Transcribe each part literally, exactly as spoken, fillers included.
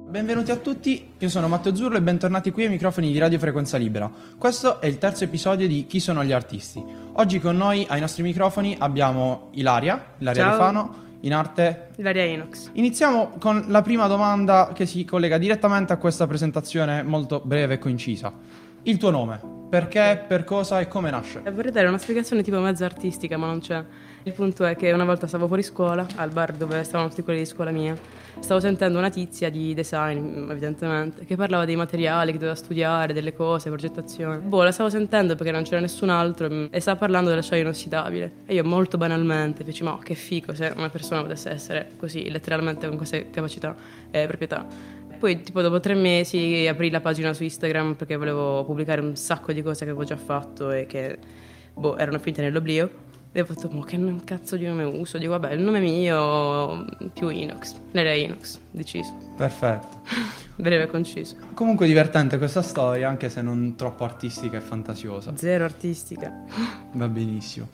Benvenuti a tutti, io sono Matteo Zurlo e bentornati qui ai microfoni di Radio Frequenza Libera. Questo è il terzo episodio di Chi sono gli artisti. Oggi con noi ai nostri microfoni abbiamo Ilaria, Ilaria Ciao. Refano, in arte Ilaria Inox. Iniziamo con la prima domanda che si collega direttamente a questa presentazione molto breve e concisa. Il tuo nome, perché, per cosa e come nasce? Eh, Vorrei dare una spiegazione tipo mezza artistica, ma non c'è. Il punto è che una volta stavo fuori scuola, al bar dove stavano tutti quelli di scuola mia, stavo sentendo una tizia di design, evidentemente, che parlava dei materiali che doveva studiare, delle cose, progettazione. Boh, la stavo sentendo perché non c'era nessun altro mm, e stava parlando dell'acciaio inossidabile. E io molto banalmente feci, ma che figo se una persona potesse essere così, letteralmente con queste capacità e proprietà. Poi tipo dopo tre mesi aprì la pagina su Instagram perché volevo pubblicare un sacco di cose che avevo già fatto e che boh, erano finite nell'oblio. E ho fatto, ma che cazzo di nome uso? Dico, vabbè, il nome mio più Inox, Ilaria Inox, deciso. Perfetto. Breve e conciso. Comunque divertente questa storia, anche se non troppo artistica e fantasiosa. Zero artistica. Va benissimo.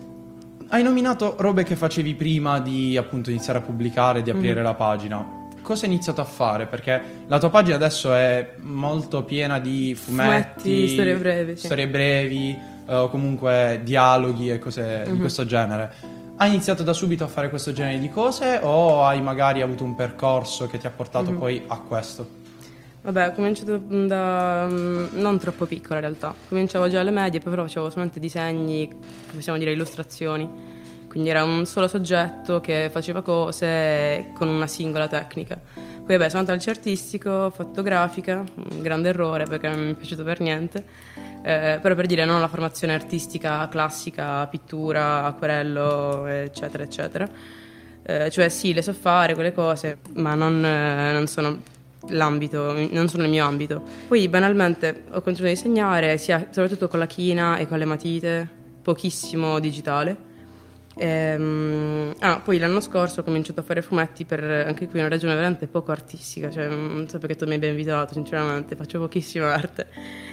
Hai nominato robe che facevi prima di appunto iniziare a pubblicare, di aprire Mhm. la pagina. Cosa hai iniziato a fare? Perché la tua pagina adesso è molto piena di fumetti, Fumetti, storie brevi, sì. storie brevi, eh, o comunque dialoghi e cose di Mhm. questo genere. Hai iniziato da subito a fare questo genere di cose o hai magari avuto un percorso che ti ha portato Mhm. poi a questo? Vabbè, ho cominciato da mm, non troppo piccola in realtà. Cominciavo già alle medie, poi però facevo solamente disegni, possiamo dire illustrazioni. Quindi era un solo soggetto che faceva cose con una singola tecnica. Poi vabbè, sono andata al liceo artistico, ho fatto grafica, un grande errore perché non mi è piaciuto per niente. Eh, però per dire non la formazione artistica classica, pittura, acquerello, eccetera, eccetera. Eh, cioè sì, le so fare quelle cose, ma non, eh, non sono l'ambito, non sono il mio ambito. Poi banalmente ho continuato a disegnare, sia, soprattutto con la china e con le matite, pochissimo digitale. Ehm, ah, poi l'anno scorso ho cominciato a fare fumetti per anche qui una ragione veramente poco artistica, cioè non so perché tu mi abbia invitato, sinceramente, faccio pochissima arte.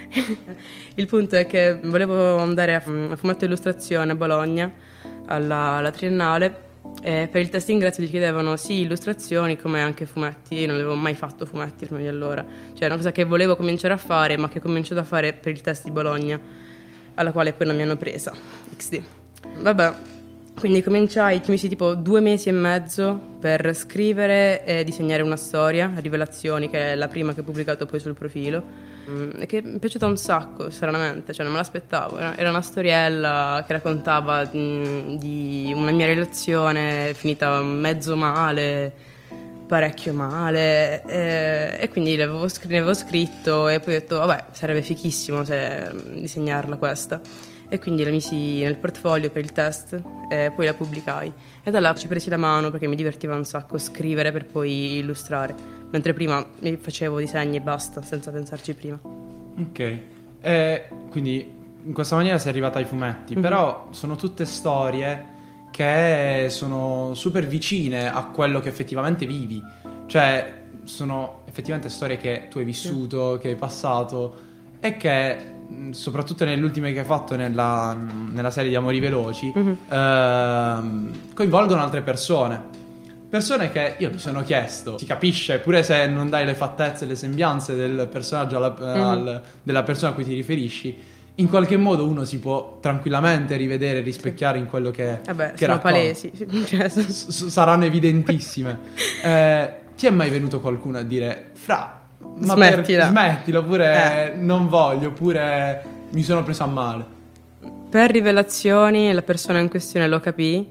Il punto è che volevo andare a, a fumetto illustrazione a Bologna alla, alla Triennale. E per il test ingresso ti chiedevano sì illustrazioni come anche fumetti. Io non avevo mai fatto fumetti prima di allora, cioè è una cosa che volevo cominciare a fare ma che ho cominciato a fare per il test di Bologna, alla quale poi non mi hanno presa. X D. Vabbè, quindi cominciai, ci mesi tipo due mesi e mezzo per scrivere e disegnare una storia, Rivelazioni, che è la prima che ho pubblicato poi sul profilo. Mm, E che mi è piaciuta un sacco, stranamente, cioè non me l'aspettavo. Era era una storiella che raccontava mm, di una mia relazione finita mezzo male, parecchio male, e, e quindi l'avevo scr- ne avevo scritto e poi ho detto, vabbè, sarebbe fichissimo se mm, disegnarla questa. E quindi la misi nel portfolio per il test e poi la pubblicai. E da là ci presi la mano perché mi divertiva un sacco scrivere per poi illustrare, mentre prima mi facevo disegni e basta, senza pensarci prima. Ok, e quindi in questa maniera sei arrivata ai fumetti, Mhm. però sono tutte storie che sono super vicine a quello che effettivamente vivi, cioè sono effettivamente storie che tu hai vissuto, che hai passato e che mh, soprattutto nelle ultime che hai fatto nella, nella serie di Amori Veloci Mhm. ehm, coinvolgono altre persone. Persone che io mi sono chiesto, si capisce, pure se non dai le fattezze e le sembianze del personaggio alla- al- della persona a cui ti riferisci, in qualche modo uno si può tranquillamente rivedere, rispecchiare in quello che, Vabbè, che sono racconta. palesi. Cioè, sono- S- s- saranno evidentissime. Eh, ti è mai venuto qualcuno a dire, fra, ma Smettila." Per, smettila, oppure non voglio, oppure mi sono preso a male. Per rivelazioni la persona in questione lo capì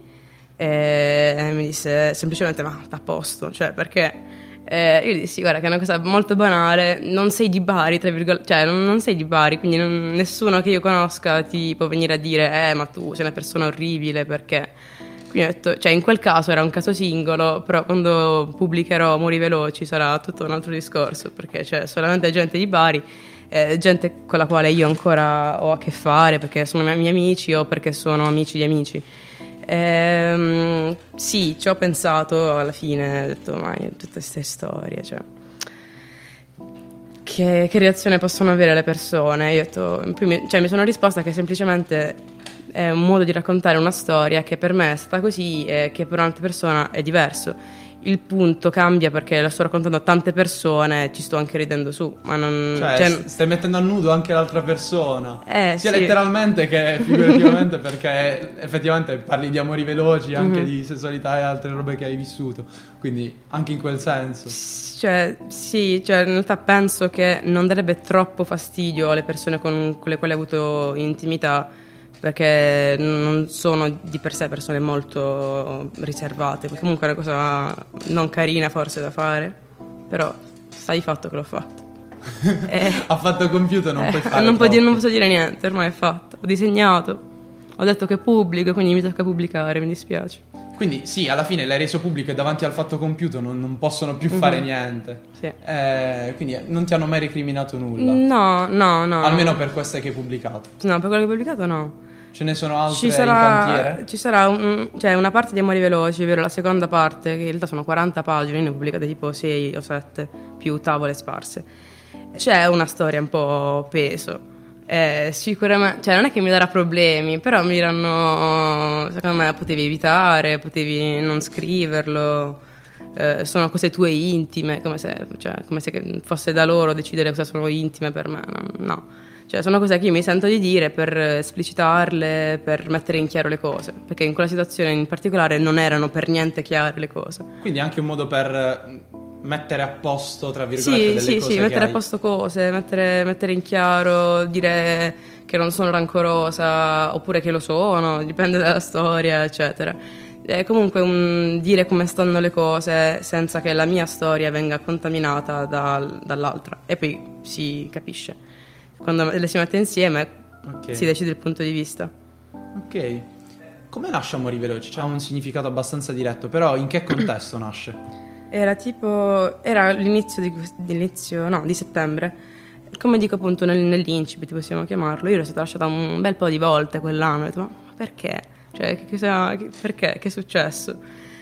e mi disse semplicemente ma sta a posto, cioè perché eh, io gli dissi guarda che è una cosa molto banale, non sei di Bari, tra virgolette, cioè non, non sei di Bari, quindi non- nessuno che io conosca ti può venire a dire eh ma tu sei una persona orribile perché... Quindi ho detto, cioè in quel caso era un caso singolo, però quando pubblicherò Amori Veloci sarà tutto un altro discorso, perché c'è solamente gente di Bari, eh, gente con la quale io ancora ho a che fare, perché sono miei miei amici o perché sono amici di amici. Ehm, sì, ci ho pensato alla fine, ho detto, ma tutte queste storie, cioè... Che, che reazione possono avere le persone? Io ho detto, poi mi, cioè, mi sono risposta che semplicemente è un modo di raccontare una storia che per me è stata così e che per un'altra persona è diverso. il punto cambia perché la sto raccontando a tante persone, ci sto anche ridendo su, ma non... Cioè, cioè, s- stai mettendo a nudo anche l'altra persona. Eh, Sia sì. letteralmente che figurativamente, perché effettivamente parli di amori veloci, anche Mhm. di sessualità e altre robe che hai vissuto. Quindi anche in quel senso. Cioè, sì, cioè, in realtà penso che non darebbe troppo fastidio alle persone con, con le quali ho avuto intimità, perché non sono di per sé persone molto riservate, perché comunque è una cosa non carina forse da fare, però sai il fatto che l'ho fatto. Eh, Ha fatto compiuto, non eh, puoi fare non, puoi dire- non troppo. posso dire niente, ormai è fatto. Ho disegnato, ho detto che pubblico, quindi mi tocca pubblicare, mi dispiace. Quindi sì, alla fine l'hai reso pubblico e davanti al fatto compiuto non, non possono più Mhm. fare niente. Sì. Eh, quindi non ti hanno mai recriminato nulla. No, no, no. Almeno per queste che hai pubblicato. No, per quello che ho pubblicato no. Ce ne sono altre Ci in sarà, cantiere? ci sarà un- cioè una parte di Amori Veloci, ovvero la seconda parte, che in realtà sono quaranta pagine, ne ho pubblicate tipo sei o sette, più tavole sparse. C'è una storia un po' peso. Eh, sicuramente, cioè non è che mi darà problemi, però mi diranno, secondo me potevi evitare, potevi non scriverlo, eh, sono cose tue intime, come se, cioè, come se fosse da loro decidere cosa sono intime per me, no. no. Cioè, sono cose che io mi sento di dire per esplicitarle, per mettere in chiaro le cose, perché in quella situazione in particolare non erano per niente chiare le cose. Quindi anche un modo per eh, mettere a posto, tra virgolette, Sì, delle sì, cose sì, che mettere hai. a posto cose, mettere, mettere in chiaro, dire che non sono rancorosa oppure che lo sono, dipende dalla storia, eccetera. È comunque un dire come stanno le cose senza che la mia storia venga contaminata dal- dall'altra e poi si capisce. Quando le si mette insieme Ok. si decide il punto di vista. Ok. Come nasce Amori Veloci? C'ha un significato abbastanza diretto, però in che contesto nasce? Era tipo, era l'inizio di, quest- l'inizio, no, di settembre. Come dico appunto nel, nell'incipit, possiamo chiamarlo, io ero stata lasciata un bel po' di volte quell'anno, ho detto, ma perché? Cioè, che cosa, che- perché? Che è successo?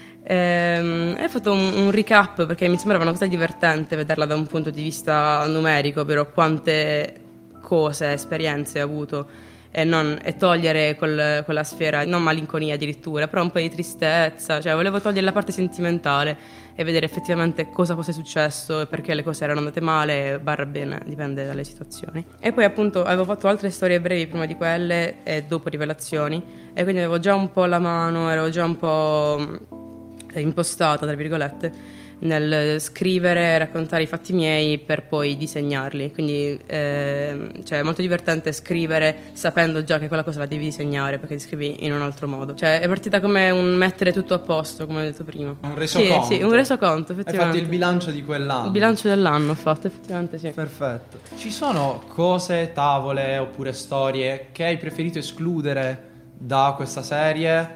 Ehm, E ho fatto un, un recap perché mi sembrava una cosa divertente vederla da un punto di vista numerico, ovvero quante cose, esperienze ho avuto e, non, e togliere quel- quella sfera, non malinconia addirittura, però un po' di tristezza, cioè volevo togliere la parte sentimentale e vedere effettivamente cosa fosse successo e perché le cose erano andate male, barra bene, dipende dalle situazioni. E poi appunto avevo fatto altre storie brevi prima di quelle e dopo Rivelazioni e quindi avevo già un po' la mano, ero già un po' mh, impostata, tra virgolette, nel scrivere e raccontare i fatti miei per poi disegnarli. Quindi ehm, cioè, è molto divertente scrivere sapendo già che quella cosa la devi disegnare perché ti scrivi in un altro modo. Cioè è partita come un mettere tutto a posto, come ho detto prima. Un resoconto. Sì, sì, un resoconto, Hai effettivamente. fatto il bilancio di quell'anno. Il bilancio dell'anno ho fatto, effettivamente sì. Perfetto. Ci sono cose, tavole oppure storie che hai preferito escludere da questa serie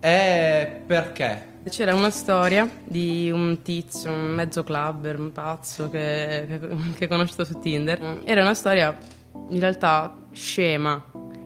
e perché? C'era una storia di un tizio, un mezzo clubber, un pazzo che, che, che ho conosciuto su Tinder. Era una storia in realtà scema.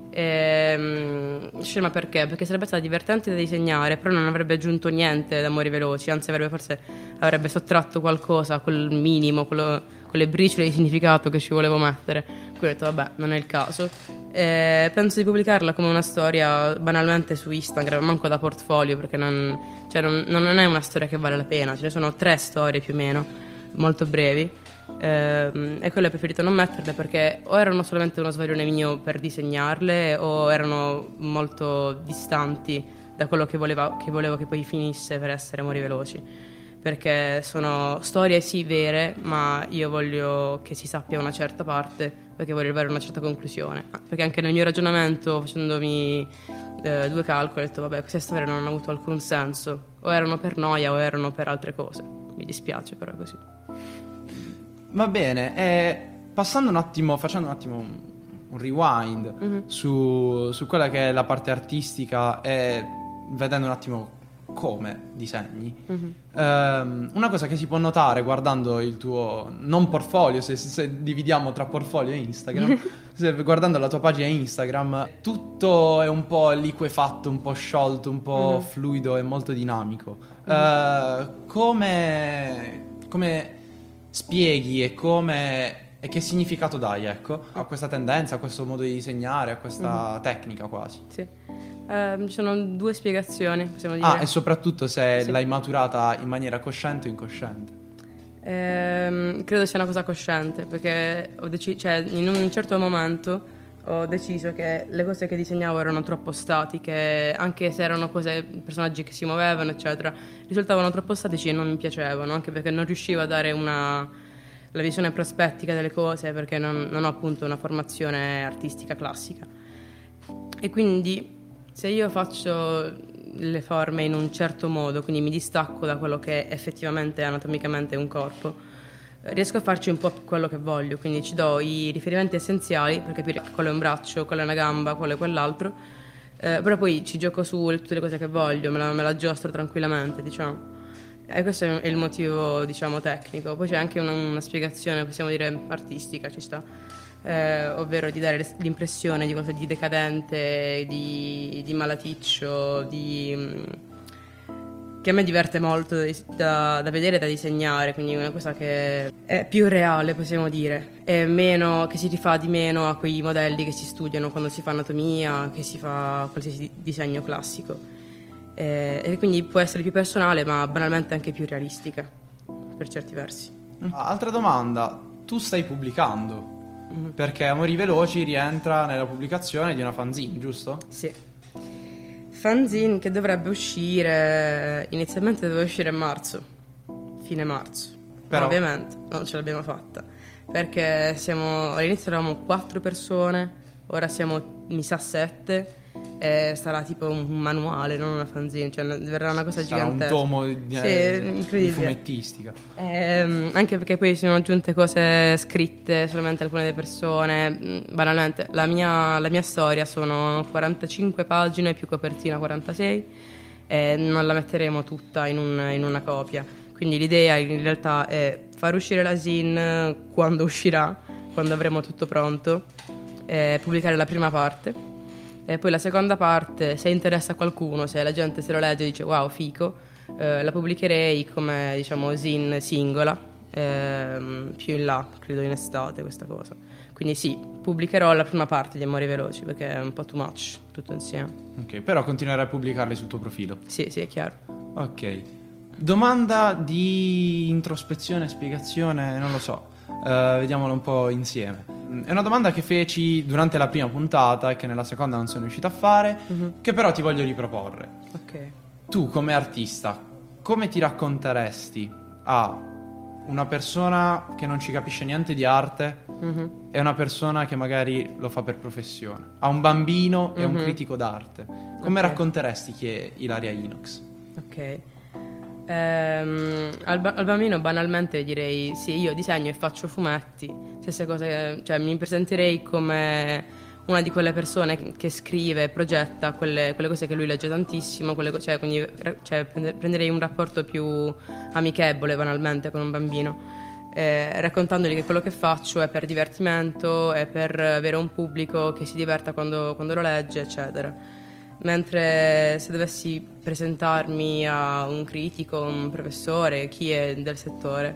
Ehm, scema perché? Perché sarebbe stata divertente da disegnare, però non avrebbe aggiunto niente d'Amori Veloci, anzi avrebbe forse avrebbe sottratto qualcosa, quel minimo, quello, quelle briciole di significato che ci volevo mettere. Quindi ho detto vabbè, non è il caso. Eh, penso di pubblicarla come una storia banalmente su Instagram, manco da portfolio, perché non, cioè non, non è una storia che vale la pena. Ce ne sono tre storie più o meno, molto brevi. Ehm, e quelle ho preferito non metterle perché o erano solamente uno svarione mio per disegnarle o erano molto distanti da quello che, voleva, che volevo che poi finisse per essere Amori Veloci. Perché sono storie sì vere, ma io voglio che si sappia una certa parte perché voglio arrivare a una certa conclusione. Perché anche nel mio ragionamento, facendomi eh, due calcoli, ho detto vabbè, queste storie non hanno avuto alcun senso, o erano per noia o erano per altre cose. Mi dispiace, però è così. Va bene, e passando un attimo, facendo un attimo un, un rewind Mhm. su, su quella che è la parte artistica e vedendo un attimo come disegni, Mhm. ehm, una cosa che si può notare guardando il tuo, non portfolio, se, se dividiamo tra portfolio e Instagram, se, guardando la tua pagina Instagram, tutto è un po' liquefatto, un po' sciolto, un po' Mhm. fluido e molto dinamico. Eh, come, come spieghi e come e che significato dai, ecco, a questa tendenza, a questo modo di disegnare, a questa tecnica quasi? Sì. Eh, ci sono due spiegazioni, possiamo dire. Ah, e soprattutto se Sì. l'hai maturata in maniera cosciente o incosciente. Ehm, credo sia una cosa cosciente, perché ho deci- cioè, in un certo momento ho deciso che le cose che disegnavo erano troppo statiche, anche se erano cose, personaggi che si muovevano, eccetera, risultavano troppo statici e non mi piacevano, anche perché non riuscivo a dare una, la visione prospettica delle cose, perché non, non ho appunto una formazione artistica classica. E quindi se io faccio le forme in un certo modo, quindi mi distacco da quello che effettivamente anatomicamente è un corpo, eh, riesco a farci un po' quello che voglio, quindi ci do i riferimenti essenziali per capire che quello è un braccio, quello è una gamba, quello è quell'altro, eh, però poi ci gioco su tutte le cose che voglio, me la, me la giostro tranquillamente, diciamo. E questo è il motivo, diciamo, tecnico. Poi c'è anche una, una spiegazione, possiamo dire, artistica, ci sta. Eh, ovvero di dare l'impressione di qualcosa di decadente, di, di malaticcio, di, mm, che a me diverte molto da, da vedere e da disegnare, quindi una cosa che è più reale, possiamo dire, e meno, che si rifà di meno a quei modelli che si studiano quando si fa anatomia, che si fa qualsiasi disegno classico. Eh, e quindi può essere più personale, ma banalmente anche più realistica, per certi versi. Ah, altra domanda, tu stai pubblicando? Perché Amori Veloci rientra nella pubblicazione di una fanzine, giusto? Sì. Fanzine che dovrebbe uscire, inizialmente doveva uscire a marzo, fine marzo. Però- Ma ovviamente non ce l'abbiamo fatta, perché siamo, all'inizio eravamo quattro persone, ora siamo, mi sa, sette, e sarà tipo un manuale, non una fanzine, cioè verrà una cosa Sarà un gigantesca. tomo di, Sì, eh, di incredibile. fumettistica. Ehm, anche perché poi si sono aggiunte cose scritte solamente alcune delle persone. Mm, banalmente, la mia, la mia storia sono quarantacinque pagine più copertina quarantasei e non la metteremo tutta in, un- in una copia. Quindi l'idea in realtà è far uscire la zine quando uscirà, quando avremo tutto pronto, e pubblicare la prima parte. E poi la seconda parte, se interessa a qualcuno, se la gente se lo legge e dice wow, fico, eh, la pubblicherei come, diciamo, zine singola, ehm, più in là, credo in estate questa cosa. Quindi sì, pubblicherò la prima parte di Amori Veloci perché è un po' too much tutto insieme. Ok, però continuerai a pubblicarli sul tuo profilo. Sì, sì, è chiaro. Ok. Domanda di introspezione, spiegazione, non lo so. Eh, vediamolo un po' insieme. Mm, È una domanda che feci durante la prima puntata e che nella seconda non sono riuscito a fare, che però ti voglio riproporre. Ok. Tu come artista, come ti racconteresti a una persona che non ci capisce niente di arte Mhm. e una persona che magari lo fa per professione, a un bambino e a un critico d'arte? Come Ok. racconteresti chi è Ilaria Inox? Ok. Ehm, al, ba- al bambino banalmente direi sì, io disegno e faccio fumetti, stesse cose, cioè mi presenterei come una di quelle persone che, che scrive e progetta quelle, quelle cose che lui legge tantissimo, quelle co- cioè, quindi ra- cioè, prende- prenderei un rapporto più amichevole banalmente con un bambino, eh, raccontandogli che quello che faccio è per divertimento, è per avere un pubblico che si diverta quando, quando lo legge, eccetera. Mentre se dovessi presentarmi a un critico, un professore, chi è del settore,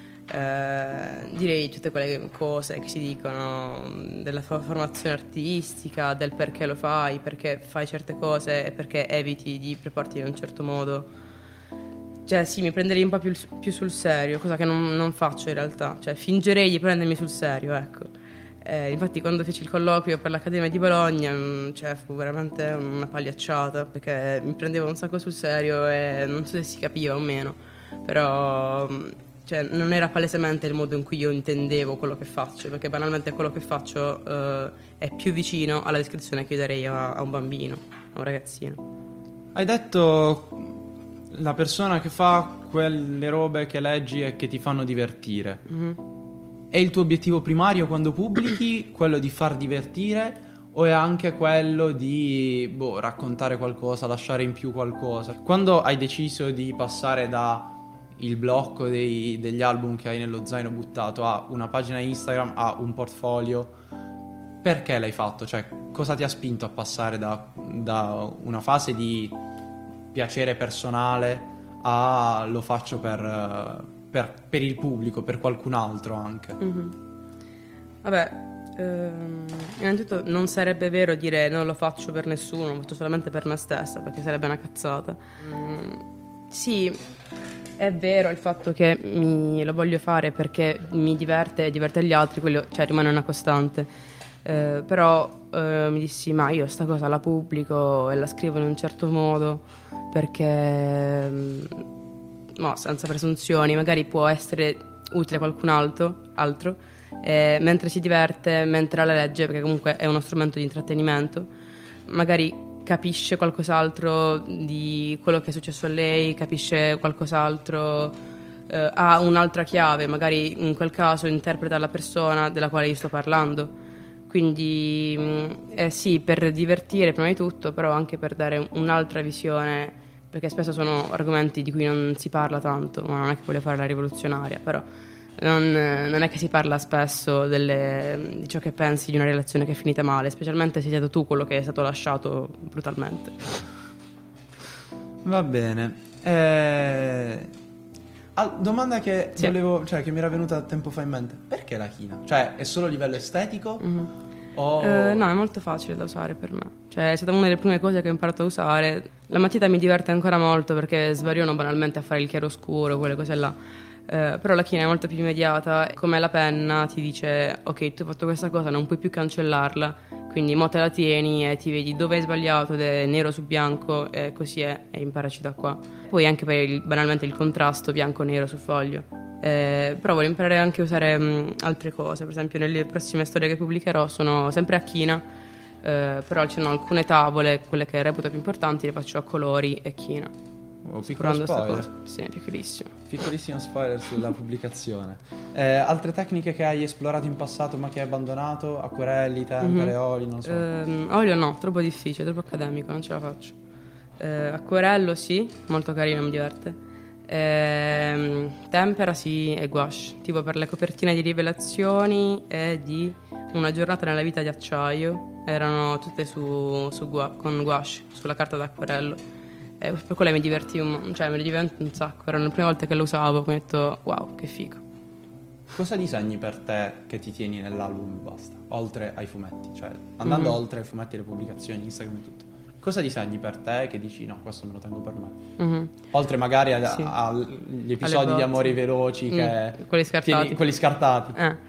eh, direi tutte quelle cose che si dicono della fo- formazione artistica, del perché lo fai, perché fai certe cose e perché eviti di preporti in un certo modo. Cioè sì, mi prenderei un po' più, più sul serio, cosa che non, non faccio in realtà. Cioè fingerei di prendermi sul serio, ecco. Eh, infatti quando feci il colloquio per l'Accademia di Bologna, mh, cioè, fu veramente una pagliacciata, perché mi prendevo un sacco sul serio e non so se si capiva o meno, però mh, cioè, non era palesemente il modo in cui io intendevo quello che faccio, perché banalmente quello che faccio eh, è più vicino alla descrizione che io darei a, a un bambino, a un ragazzino. Hai detto la persona che fa quelle robe che leggi e che ti fanno divertire. È il tuo obiettivo primario quando pubblichi quello di far divertire o è anche quello di boh, raccontare qualcosa, lasciare in più qualcosa? Quando hai deciso di passare da il blocco dei- degli album che hai nello zaino buttato a una pagina Instagram, a un portfolio, perché l'hai fatto? Cioè, cosa ti ha spinto a passare da, da una fase di piacere personale a lo faccio per, eh, per- per il pubblico, per qualcun altro anche? Vabbè, Ehm, innanzitutto non sarebbe vero dire non lo faccio per nessuno, lo faccio solamente per me stessa, perché sarebbe una cazzata. Mm, sì, è vero il fatto che mi, lo voglio fare perché mi diverte e diverte gli altri, quello cioè, rimane una costante. Eh, però eh, mi dissi, ma io sta cosa la pubblico e la scrivo in un certo modo perché, mm, no, senza presunzioni, magari può essere utile a qualcun altro, altro eh, mentre si diverte, mentre la legge, perché comunque è uno strumento di intrattenimento, magari capisce qualcos'altro di quello che è successo a lei, capisce qualcos'altro, eh, ha un'altra chiave, magari in quel caso interpreta la persona della quale io sto parlando. Quindi mh, eh, sì, per divertire prima di tutto, però anche per dare un'altra visione, perché spesso sono argomenti di cui non si parla tanto, ma non è che voglio fare la rivoluzionaria, però non, non è che si parla spesso delle, di ciò che pensi di una relazione che è finita male, specialmente se sei stato tu quello che è stato lasciato brutalmente. Va bene. Eh... Ah, domanda che Sì. volevo, cioè che mi era venuta tempo fa in mente. Perché la china? Cioè, è solo a livello estetico? Mhm. O... Eh, no, è molto facile da usare per me. Cioè, è stata una delle prime cose che ho imparato a usare. La matita mi diverte ancora molto perché svariono banalmente a fare il chiaroscuro, quelle cose là. Eh, però la china è molto più immediata. Come la penna ti dice, ok, tu hai fatto questa cosa, non puoi più cancellarla, quindi mo te la tieni e ti vedi dove hai sbagliato ed è nero su bianco e così è, e imparaci da qua. Poi anche per il, banalmente il contrasto bianco-nero sul foglio. Eh, però voglio imparare anche a usare mh, altre cose, per esempio nelle prossime storie che pubblicherò sono sempre a china, eh, però ci sono alcune tavole, quelle che reputo più importanti, le faccio a colori e china. Oh, piccolo Curando sta spoiler. cosa. Sì, piccolissimo. Piccolissimo spoiler sulla pubblicazione. Eh, altre tecniche che hai esplorato in passato ma che hai abbandonato? Acquerelli, tempere, Mhm. oli, non so. Ehm, olio no, troppo difficile, troppo accademico, non ce la faccio. Eh, acquerello sì, molto carino, mi diverte. Ehm, tempera sì e gouache, tipo per le copertine di Rivelazioni e di Una giornata nella vita di acciaio, erano tutte su, su gua- con gouache, sulla carta d'acquerello. E per quelle mi divertivo, un- cioè mi divertì un sacco, erano le prime volte che lo usavo, ho detto wow, che figo. Cosa disegni per te che ti tieni nell'album e basta? Oltre ai fumetti, cioè andando Mhm. oltre ai fumetti e le pubblicazioni, Instagram e tutto. Cosa disegni per te che dici no, questo me lo tengo per me? Mhm. Oltre magari a- Sì. agli episodi di bozze. Amori Veloci che... Mm, quelli scartati. tieni- quelli scartati. Eh.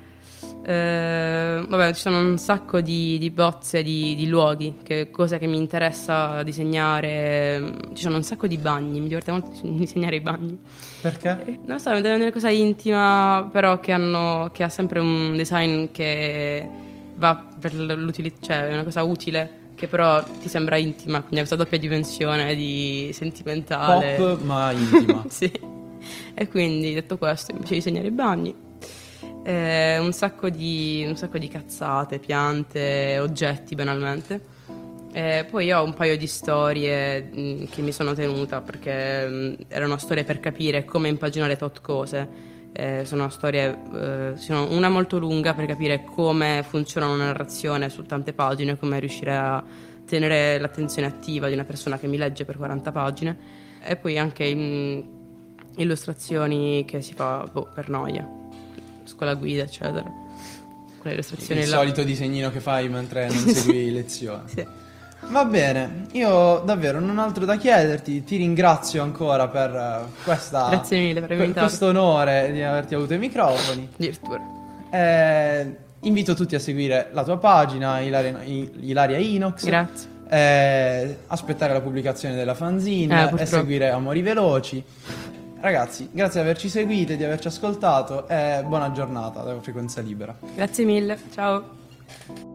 Eh, vabbè, ci sono un sacco di, di bozze di, di luoghi, che cose che mi interessa disegnare. Ci sono un sacco di bagni, mi diverte molto disegnare i bagni. Perché? Eh, Non lo so, mi deve una cosa intima, però che, hanno, che ha sempre un design che va per l'utilità, cioè è una cosa utile, che però ti sembra intima, quindi ha questa doppia dimensione di sentimentale. Pop ma intima. Sì. E quindi detto questo, invece di disegnare i bagni, eh, un sacco di, un sacco di cazzate, piante, oggetti banalmente. Eh, poi ho un paio di storie mh, che mi sono tenuta perché mh, erano storie per capire come impaginare tot cose. Eh, sono storie, eh, sono una molto lunga per capire come funziona una narrazione su tante pagine, come riuscire a tenere l'attenzione attiva di una persona che mi legge per quaranta pagine, e poi anche mh, illustrazioni che si fa boh, per noia, scuola guida, eccetera. Quelle illustrazioni Il là. solito disegnino che fai mentre non segui lezioni. Sì. Va bene, io davvero non ho altro da chiederti, ti ringrazio ancora per eh, questa, Grazie mille per avermi per invitato. questo onore di averti avuto ai microfoni. Addirittura. Eh, invito tutti a seguire la tua pagina, Ilaria, Ilaria Inox. Grazie. Eh, aspettare la pubblicazione della Eh, fanzine e purtroppo. seguire Amori Veloci. Ragazzi, grazie di averci seguito, di averci ascoltato e buona giornata da Frequenza Libera. Grazie mille. Ciao.